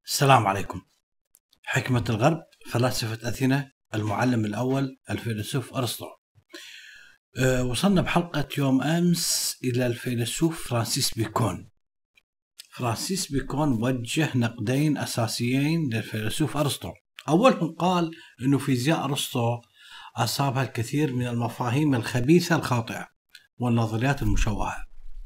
السلام عليكم. حكمة الغرب، فلاسفة أثينا، المعلم الأول الفيلسوف أرسطو. وصلنا بحلقة يوم أمس إلى الفيلسوف فرانسيس بيكون. فرانسيس بيكون وجه نقدين أساسيين للفيلسوف أرسطو. أولهم قال أنه فيزياء أرسطو أصابها الكثير من المفاهيم الخبيثة الخاطئة والنظريات المشوهة.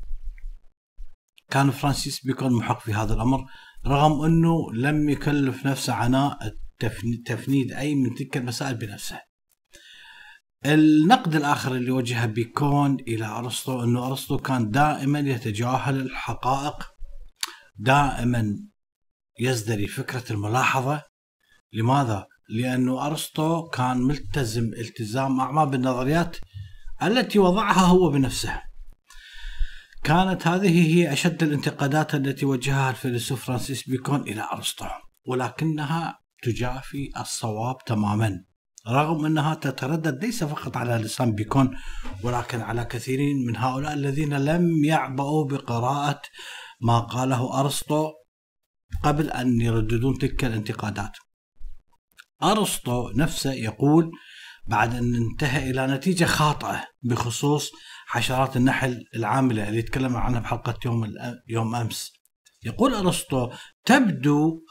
كان فرانسيس بيكون محق في هذا الأمر، رغم أنه لم يكلف نفسه عناء تفنيد أي من تلك المسائل بنفسه. النقد الآخر اللي وجهه بيكون إلى أرسطو أنه أرسطو كان دائما يتجاهل الحقائق، دائما يزدري فكرة الملاحظة. لماذا؟ لأنه أرسطو كان ملتزم التزام أعمى بالنظريات التي وضعها هو بنفسه. كانت هذه هي أشد الانتقادات التي وجهها الفيلسوف فرانسيس بيكون إلى أرسطو، ولكنها تجافي الصواب تماما، رغم أنها تتردد ليس فقط على لسان بيكون ولكن على كثيرين من هؤلاء الذين لم يعبأوا بقراءة ما قاله أرسطو قبل أن يرددون تلك الانتقادات. أرسطو نفسه يقول بعد أن انتهى إلى نتيجة خاطئة بخصوص حشرات النحل العاملة اللي تكلم عنها بحلقة يوم أمس. يقول أرسطو: تبدو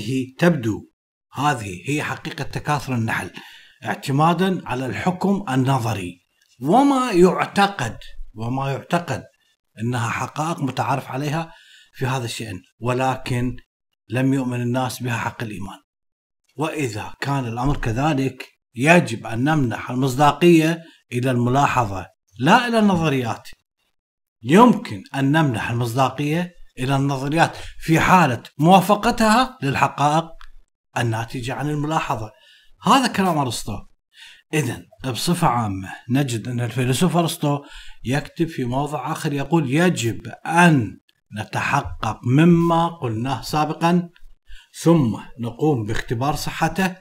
هذه هي حقيقة تكاثر النحل اعتمادا على الحكم النظري، وما يعتقد أنها حقائق متعارف عليها في هذا الشأن، ولكن لم يؤمن الناس بها حق الإيمان. وإذا كان الأمر كذلك يجب أن نمنح المصداقية إلى الملاحظة لا إلى النظريات. يمكن أن نمنح المصداقية إلى النظريات في حالة موافقتها للحقائق الناتجة عن الملاحظة. هذا كلام أرسطو. إذن بصفة عامة نجد أن الفيلسوف أرسطو يكتب في موضع آخر يقول: يجب أن نتحقق مما قلناه سابقا، ثم نقوم باختبار صحته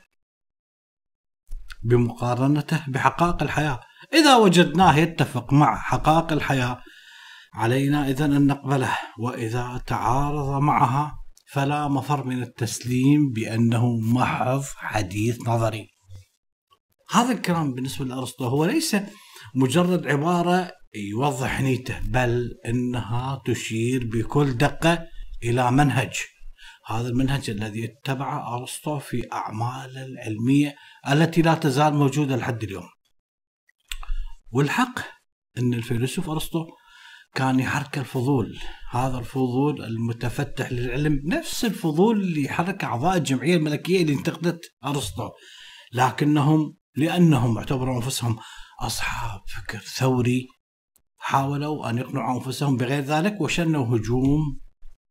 بمقارنته بحقائق الحياة. إذا وجدناه يتفق مع حقائق الحياة علينا إذن أن نقبله، وإذا تعارض معها فلا مفر من التسليم بأنه محض حديث نظري. هذا الكلام بالنسبة لأرسطو هو ليس مجرد عبارة يوضح نيته، بل إنها تشير بكل دقة إلى منهج. هذا المنهج الذي اتبع أرسطو في أعماله العلمية التي لا تزال موجودة لحد اليوم. والحق أن الفيلسوف أرسطو كان يحرك الفضول، هذا الفضول المتفتح للعلم، نفس الفضول اللي حرك أعضاء الجمعية الملكية اللي انتقدت أرسطو، لكنهم لأنهم اعتبروا أنفسهم أصحاب فكر ثوري حاولوا أن يقنعوا أنفسهم بغير ذلك، وشنوا هجوم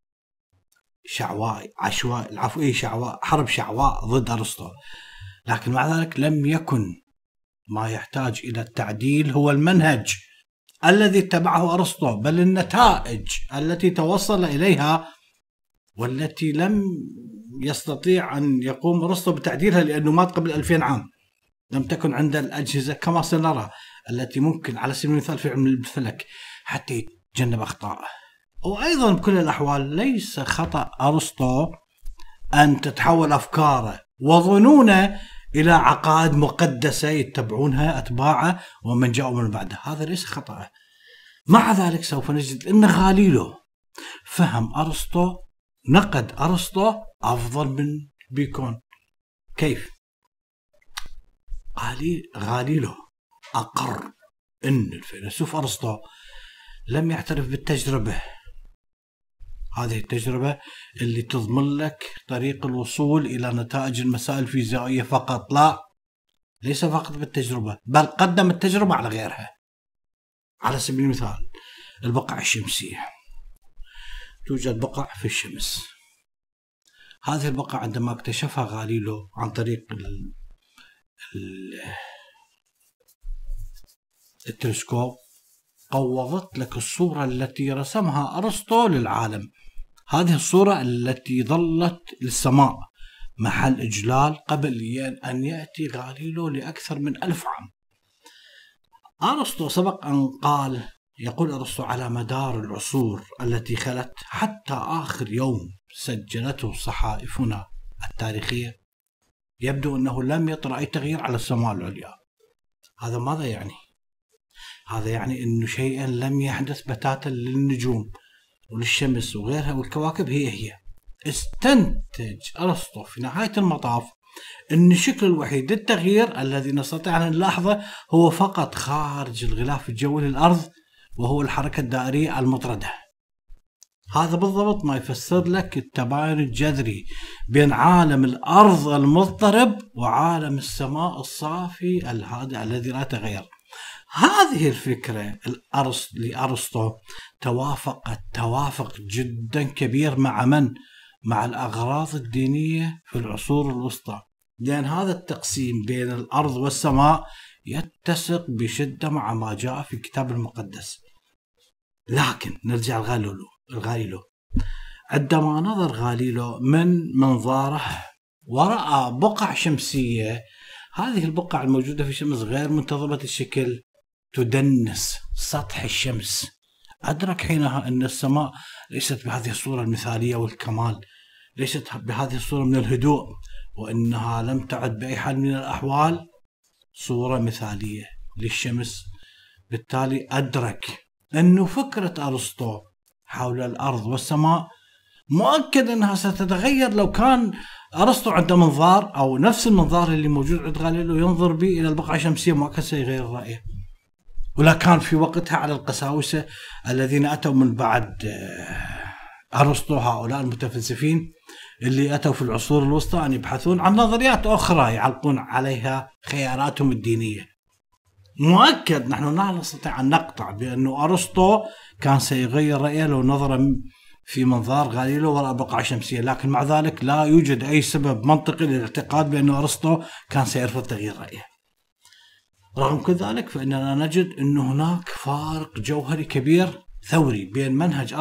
حرب شعواء ضد أرسطو. لكن مع ذلك لم يكن ما يحتاج إلى التعديل هو المنهج الذي اتبعه أرسطو، بل النتائج التي توصل إليها والتي لم يستطيع أن يقوم أرسطو بتعديلها لأنه مات قبل 2000 عام. لم تكن عند الأجهزة كما سنرى التي ممكن على سبيل المثال في علم الفلك حتى يتجنب أخطاءه. وأيضا بكل الأحوال ليس خطأ أرسطو أن تتحول أفكاره وظنونه إلى عقائد مقدسة يتبعونها أتباعه ومن جاءوا من بعده، هذا ليس خطأ. مع ذلك سوف نجد أن غاليلو فهم أرسطو، نقد أرسطو أفضل من بيكون. كيف؟ غاليلو أقر أن الفيلسوف أرسطو لم يعترف بالتجربة، هذه التجربة اللي تضمن لك طريق الوصول إلى نتائج المسائل الفيزيائية فقط، لا، ليس فقط بالتجربة، بل قدم التجربة على غيرها. على سبيل المثال البقع الشمسية، توجد بقع في الشمس. هذه البقع عندما اكتشفها غاليلو عن طريق التلسكوب قوضت لك الصورة التي رسمها أرسطو للعالم. هذه الصورة التي ظلت للسماء محل إجلال قبل أن يأتي غاليلو لأكثر من 1000 عام. أرسطو سبق أن يقول أرسطو: على مدار العصور التي خلت حتى آخر يوم سجلته صحائفنا التاريخية يبدو أنه لم يطرأ أي تغيير على السماء العليا. هذا ماذا يعني؟ هذا يعني أنه شيئا لم يحدث بتاتا للنجوم وللشمس وغيرها والكواكب هي. استنتج أرسطو في نهاية المطاف أن الشكل الوحيد للتغيير الذي نستطيع أن نلاحظه هو فقط خارج الغلاف الجوي للأرض، وهو الحركة الدائرية المطردة. هذا بالضبط ما يفسر لك التباين الجذري بين عالم الأرض المضطرب وعالم السماء الصافي الهادئ الذي لا يتغير. هذه الفكرة لأرسطو توافق جدا كبير مع الأغراض الدينية في العصور الوسطى، لأن هذا التقسيم بين الأرض والسماء يتسق بشدة مع ما جاء في الكتاب المقدس. لكن نرجع لغاليلو. عندما نظر غاليلو من منظاره ورأى بقع شمسية، هذه البقع الموجودة في الشمس غير منتظمة الشكل تدنس سطح الشمس، أدرك حينها أن السماء ليست بهذه الصورة المثالية والكمال، ليست بهذه الصورة من الهدوء، وأنها لم تعد بأي حال من الأحوال صورة مثالية للشمس. بالتالي أدرك أن فكرة أرسطو حول الأرض والسماء مؤكد أنها ستتغير لو كان أرسطو عنده منظار أو نفس المنظار اللي موجود عند غاليليو ينظر به إلى البقعة الشمسية، مؤكد سيغير رأيه. ولا كان في وقتها على القساوسة الذين أتوا من بعد أرسطو، هؤلاء المتفلسفين اللي أتوا في العصور الوسطى، أن يبحثون عن نظريات أخرى يعلقون عليها خياراتهم الدينية. مؤكد نحن لا نستطيع أن نقطع بأنه أرسطو كان سيغير رأيه لو نظر في منظار غاليليو وراء بقعة شمسية، لكن مع ذلك لا يوجد أي سبب منطقي للاعتقاد بأن أرسطو كان سيرفض تغيير رأيه. رغم كذلك فإننا نجد أن هناك فارق جوهري كبير ثوري بين منهج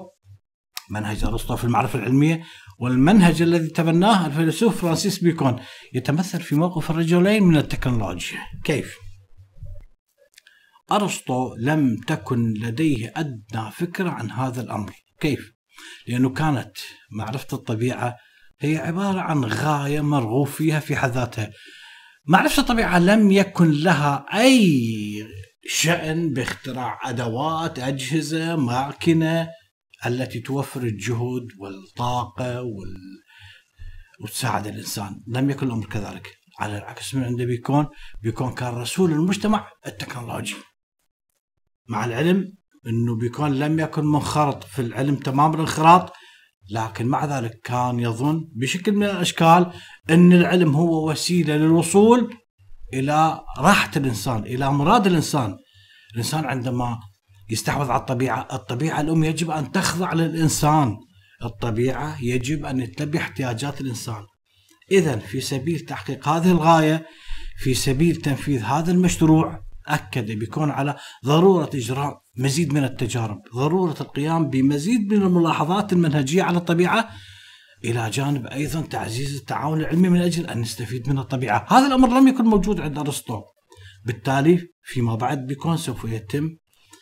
أرسطو في المعرفة العلمية والمنهج الذي تبناه الفيلسوف فرانسيس بيكون، يتمثل في موقف الرجلين من التكنولوجيا. كيف؟ أرسطو لم تكن لديه أدنى فكرة عن هذا الأمر. كيف؟ لأنه كانت معرفة الطبيعة هي عبارة عن غاية مرغوب فيها في حد ذاتها. معرفة الطبيعة لم يكن لها أي شأن باختراع أدوات، أجهزة، ماكينة التي توفر الجهد والطاقة وتساعد الإنسان. لم يكن الأمر كذلك. على العكس من عند بيكون كان رسول المجتمع التكنولوجي، مع العلم أنه بيكون لم يكن منخرط في العلم تمام الانخراط، لكن مع ذلك كان يظن بشكل من الأشكال أن العلم هو وسيلة للوصول إلى راحة الإنسان، إلى مراد الإنسان. الإنسان عندما يستحوذ على الطبيعة الأم يجب أن تخضع للإنسان، الطبيعة يجب أن تلبي احتياجات الإنسان. إذن في سبيل تحقيق هذه الغاية، في سبيل تنفيذ هذا المشروع، أكد بيكون على ضرورة إجراء مزيد من التجارب، ضرورة القيام بمزيد من الملاحظات المنهجية على الطبيعة، إلى جانب أيضا تعزيز التعاون العلمي من أجل أن نستفيد من الطبيعة. هذا الأمر لم يكن موجود عند أرسطو. بالتالي فيما بعد بيكون سوف يتم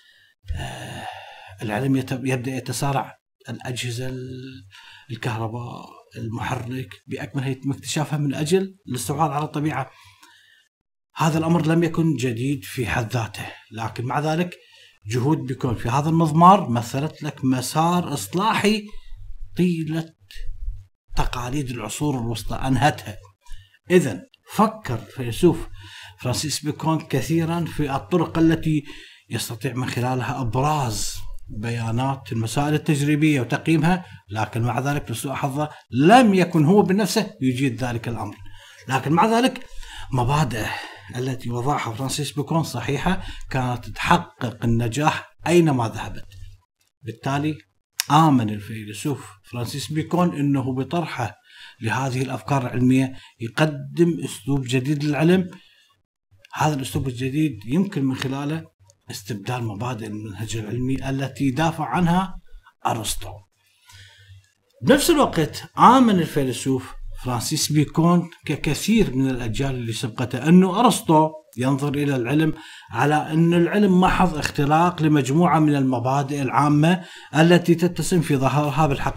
العلم يبدأ يتسارع، الأجهزة الكهرباء، المحرك بأكملها يتم اكتشافها من أجل الاستعراض على الطبيعة. هذا الأمر لم يكن جديد في حد ذاته، لكن مع ذلك جهود بيكون في هذا المضمار مثلت لك مسار إصلاحي طيلة تقاليد العصور الوسطى أنهتها. إذن فكر الفيلسوف فرانسيس بيكون كثيرا في الطرق التي يستطيع من خلالها إبراز بيانات المسائل التجريبية وتقييمها، لكن مع ذلك لسوء حظه لم يكن هو بنفسه يجيد ذلك الأمر. لكن مع ذلك مبادئه التي وضعها فرانسيس بيكون صحيحة، كانت تحقق النجاح أينما ذهبت. بالتالي آمن الفيلسوف فرانسيس بيكون أنه بطرحه لهذه الأفكار العلمية يقدم أسلوب جديد للعلم. هذا الأسلوب الجديد يمكن من خلاله استبدال مبادئ المنهج العلمي التي دافع عنها أرسطو. بنفس الوقت آمن الفيلسوف فرانسيس بيكون ككثير من الأجيال اللي سبقته أنه أرسطو ينظر إلى العلم على أن العلم محض اختلاق لمجموعة من المبادئ العامة التي تتسم في ظاهرها بالحقيقة،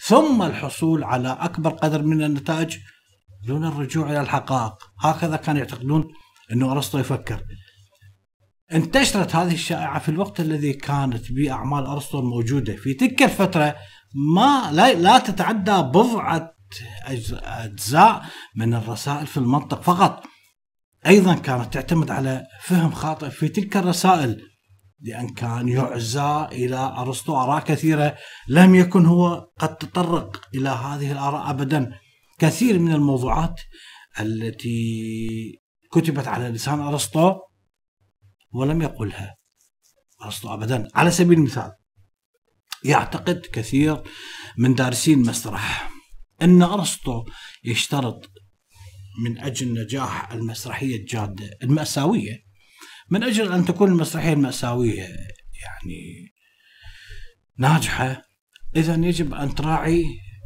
ثم الحصول على أكبر قدر من النتائج دون الرجوع إلى الحقائق. هكذا كانوا يعتقدون أنه أرسطو يفكر. انتشرت هذه الشائعة في الوقت الذي كانت به أعمال أرسطو موجودة في تلك الفترة لا تتعدى بضعة أجزاء من الرسائل في المنطق فقط. أيضا كانت تعتمد على فهم خاطئ في تلك الرسائل، لأن كان يعزى إلى أرسطو آراء كثيرة لم يكن هو قد تطرق إلى هذه الآراء أبدا. كثير من الموضوعات التي كتبت على لسان أرسطو ولم يقلها أرسطو أبدا. على سبيل المثال، يعتقد كثير من دارسين المسرح أن أرسطو يشترط من أجل نجاح المسرحية الجادة المأساوية، من أجل أن تكون المسرحية المأساوية يعني ناجحة، إذن يجب أن تراعي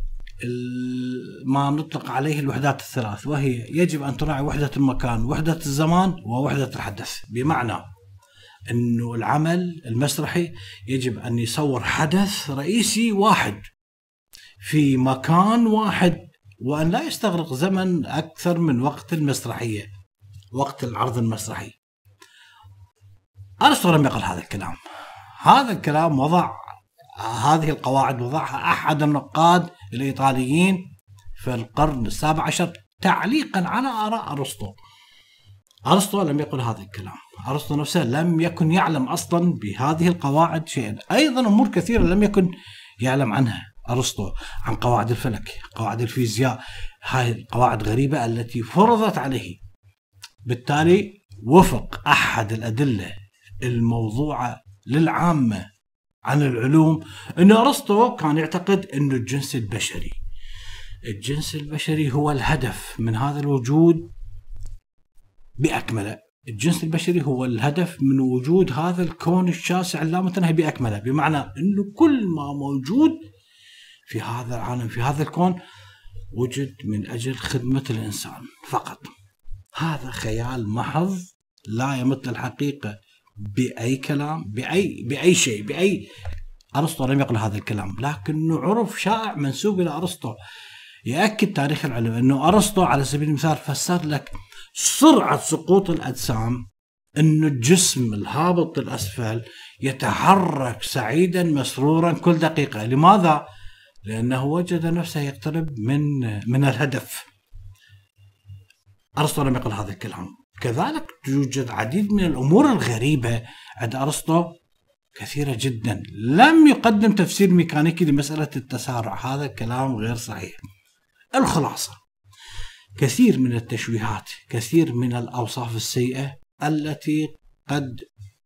ما نطلق عليه الوحدات الثلاث، وهي يجب أن تراعي وحدة المكان، وحدة الزمان، ووحدة الحدث. بمعنى أنه العمل المسرحي يجب أن يصور حدث رئيسي واحد في مكان واحد، وأن لا يستغرق زمن أكثر من وقت المسرحية، وقت العرض المسرحي. أرسطو لم يقل هذا الكلام. هذا الكلام هذه القواعد وضعها أحد النقاد الإيطاليين في القرن السابع عشر تعليقا على آراء أرسطو. أرسطو لم يقل هذا الكلام. أرسطو نفسه لم يكن يعلم أصلا بهذه القواعد شيئا. أيضا أمور كثيرة لم يكن يعلم عنها أرسطو، عن قواعد الفلك، قواعد الفيزياء. هاي القواعد غريبة التي فرضت عليه. بالتالي وفق أحد الأدلة الموضوعة للعامة عن العلوم أن أرسطو كان يعتقد أن الجنس البشري هو الهدف من هذا الوجود بأكمله. الجنس البشري هو الهدف من وجود هذا الكون الشاسع اللامتناهي بأكمله. بمعنى أنه كل ما موجود في هذا العالم، في هذا الكون، وجد من أجل خدمة الإنسان فقط. هذا خيال محض لا يمت الحقيقة بأي كلام، بأي شيء. أرسطو لم يقل هذا الكلام، لكنه عرف شائع منسوب إلى أرسطو يأكد تاريخ العلم أنه أرسطو على سبيل المثال فسر لك سرعة سقوط الأجسام، أنه الجسم الهابط الأسفل يتحرك سعيدا مسرورا كل دقيقة. لماذا؟ لأنه وجد نفسه يقترب من الهدف. أرسطو لم يقل هذا الكلام. كذلك يوجد عديد من الأمور الغريبة عند أرسطو كثيرة جدا. لم يقدم تفسير ميكانيكي لمسألة التسارع، هذا الكلام غير صحيح. الخلاصة، كثير من التشويهات، كثير من الأوصاف السيئة التي قد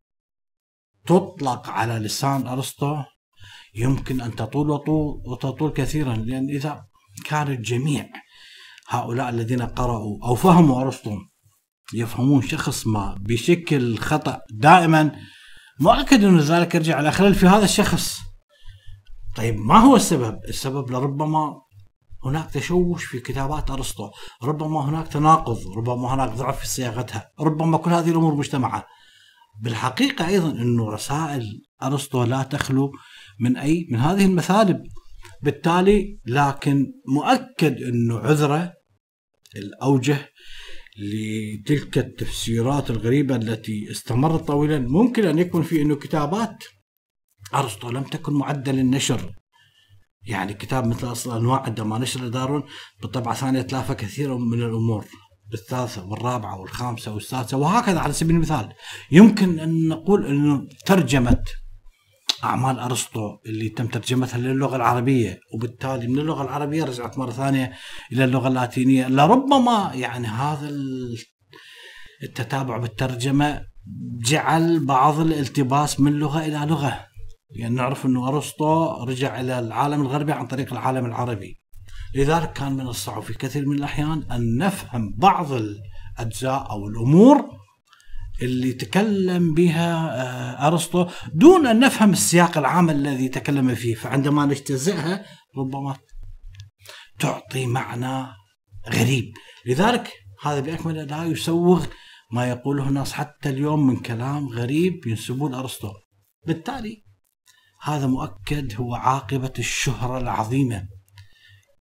تطلق على لسان أرسطو يمكن أن تطول كثيرا، لأن إذا كان جميع هؤلاء الذين قرأوا أو فهموا أرسطو يفهمون شخص ما بشكل خطأ دائما، مؤكد أن ذلك يرجع على خلل في هذا الشخص. طيب ما هو السبب؟ السبب لربما هناك تشوش في كتابات أرسطو، ربما هناك تناقض، ربما هناك ضعف في صياغتها، ربما كل هذه الأمور مجتمعة. بالحقيقة أيضا أنه رسائل أرسطو لا تخلو من هذه المثالب. بالتالي لكن مؤكد أنه عذره الأوجه لتلك التفسيرات الغريبة التي استمرت طويلا ممكن أن يكون في أنه كتابات أرسطو لم تكن معدة للنشر. يعني كتاب مثل أصل الأنواع عندما نشر دارون بالطبعة ثانية تلافى كثير من الأمور، بالثالثة والرابعة والخامسة والسادسة وهكذا. على سبيل المثال يمكن أن نقول أنه ترجمة أعمال أرسطو اللي تم ترجمتها للغة العربية، وبالتالي من اللغة العربية رجعت مرة ثانية إلى اللغة اللاتينية، لربما يعني هذا التتابع بالترجمة جعل بعض الالتباس من لغة إلى لغة. يعني نعرف أنه أرسطو رجع إلى العالم الغربي عن طريق العالم العربي، لذلك كان من الصعب في كثير من الأحيان أن نفهم بعض الأجزاء أو الأمور اللي تكلم بها أرسطو دون أن نفهم السياق العام الذي تكلم فيه. فعندما نجتزئها ربما تعطي معنى غريب. لذلك هذا بأكمله لا يسوغ ما يقوله الناس حتى اليوم من كلام غريب ينسبون أرسطو. بالتالي هذا مؤكد هو عاقبة الشهرة العظيمة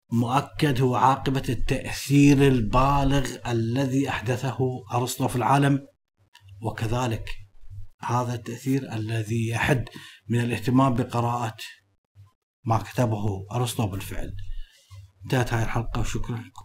مؤكد هو عاقبة التأثير البالغ الذي أحدثه أرسطو في العالم، وكذلك هذا التأثير الذي يحد من الاهتمام بقراءة ما كتبه أرسطو بالفعل. انتهت هاي الحلقة وشكرا لكم.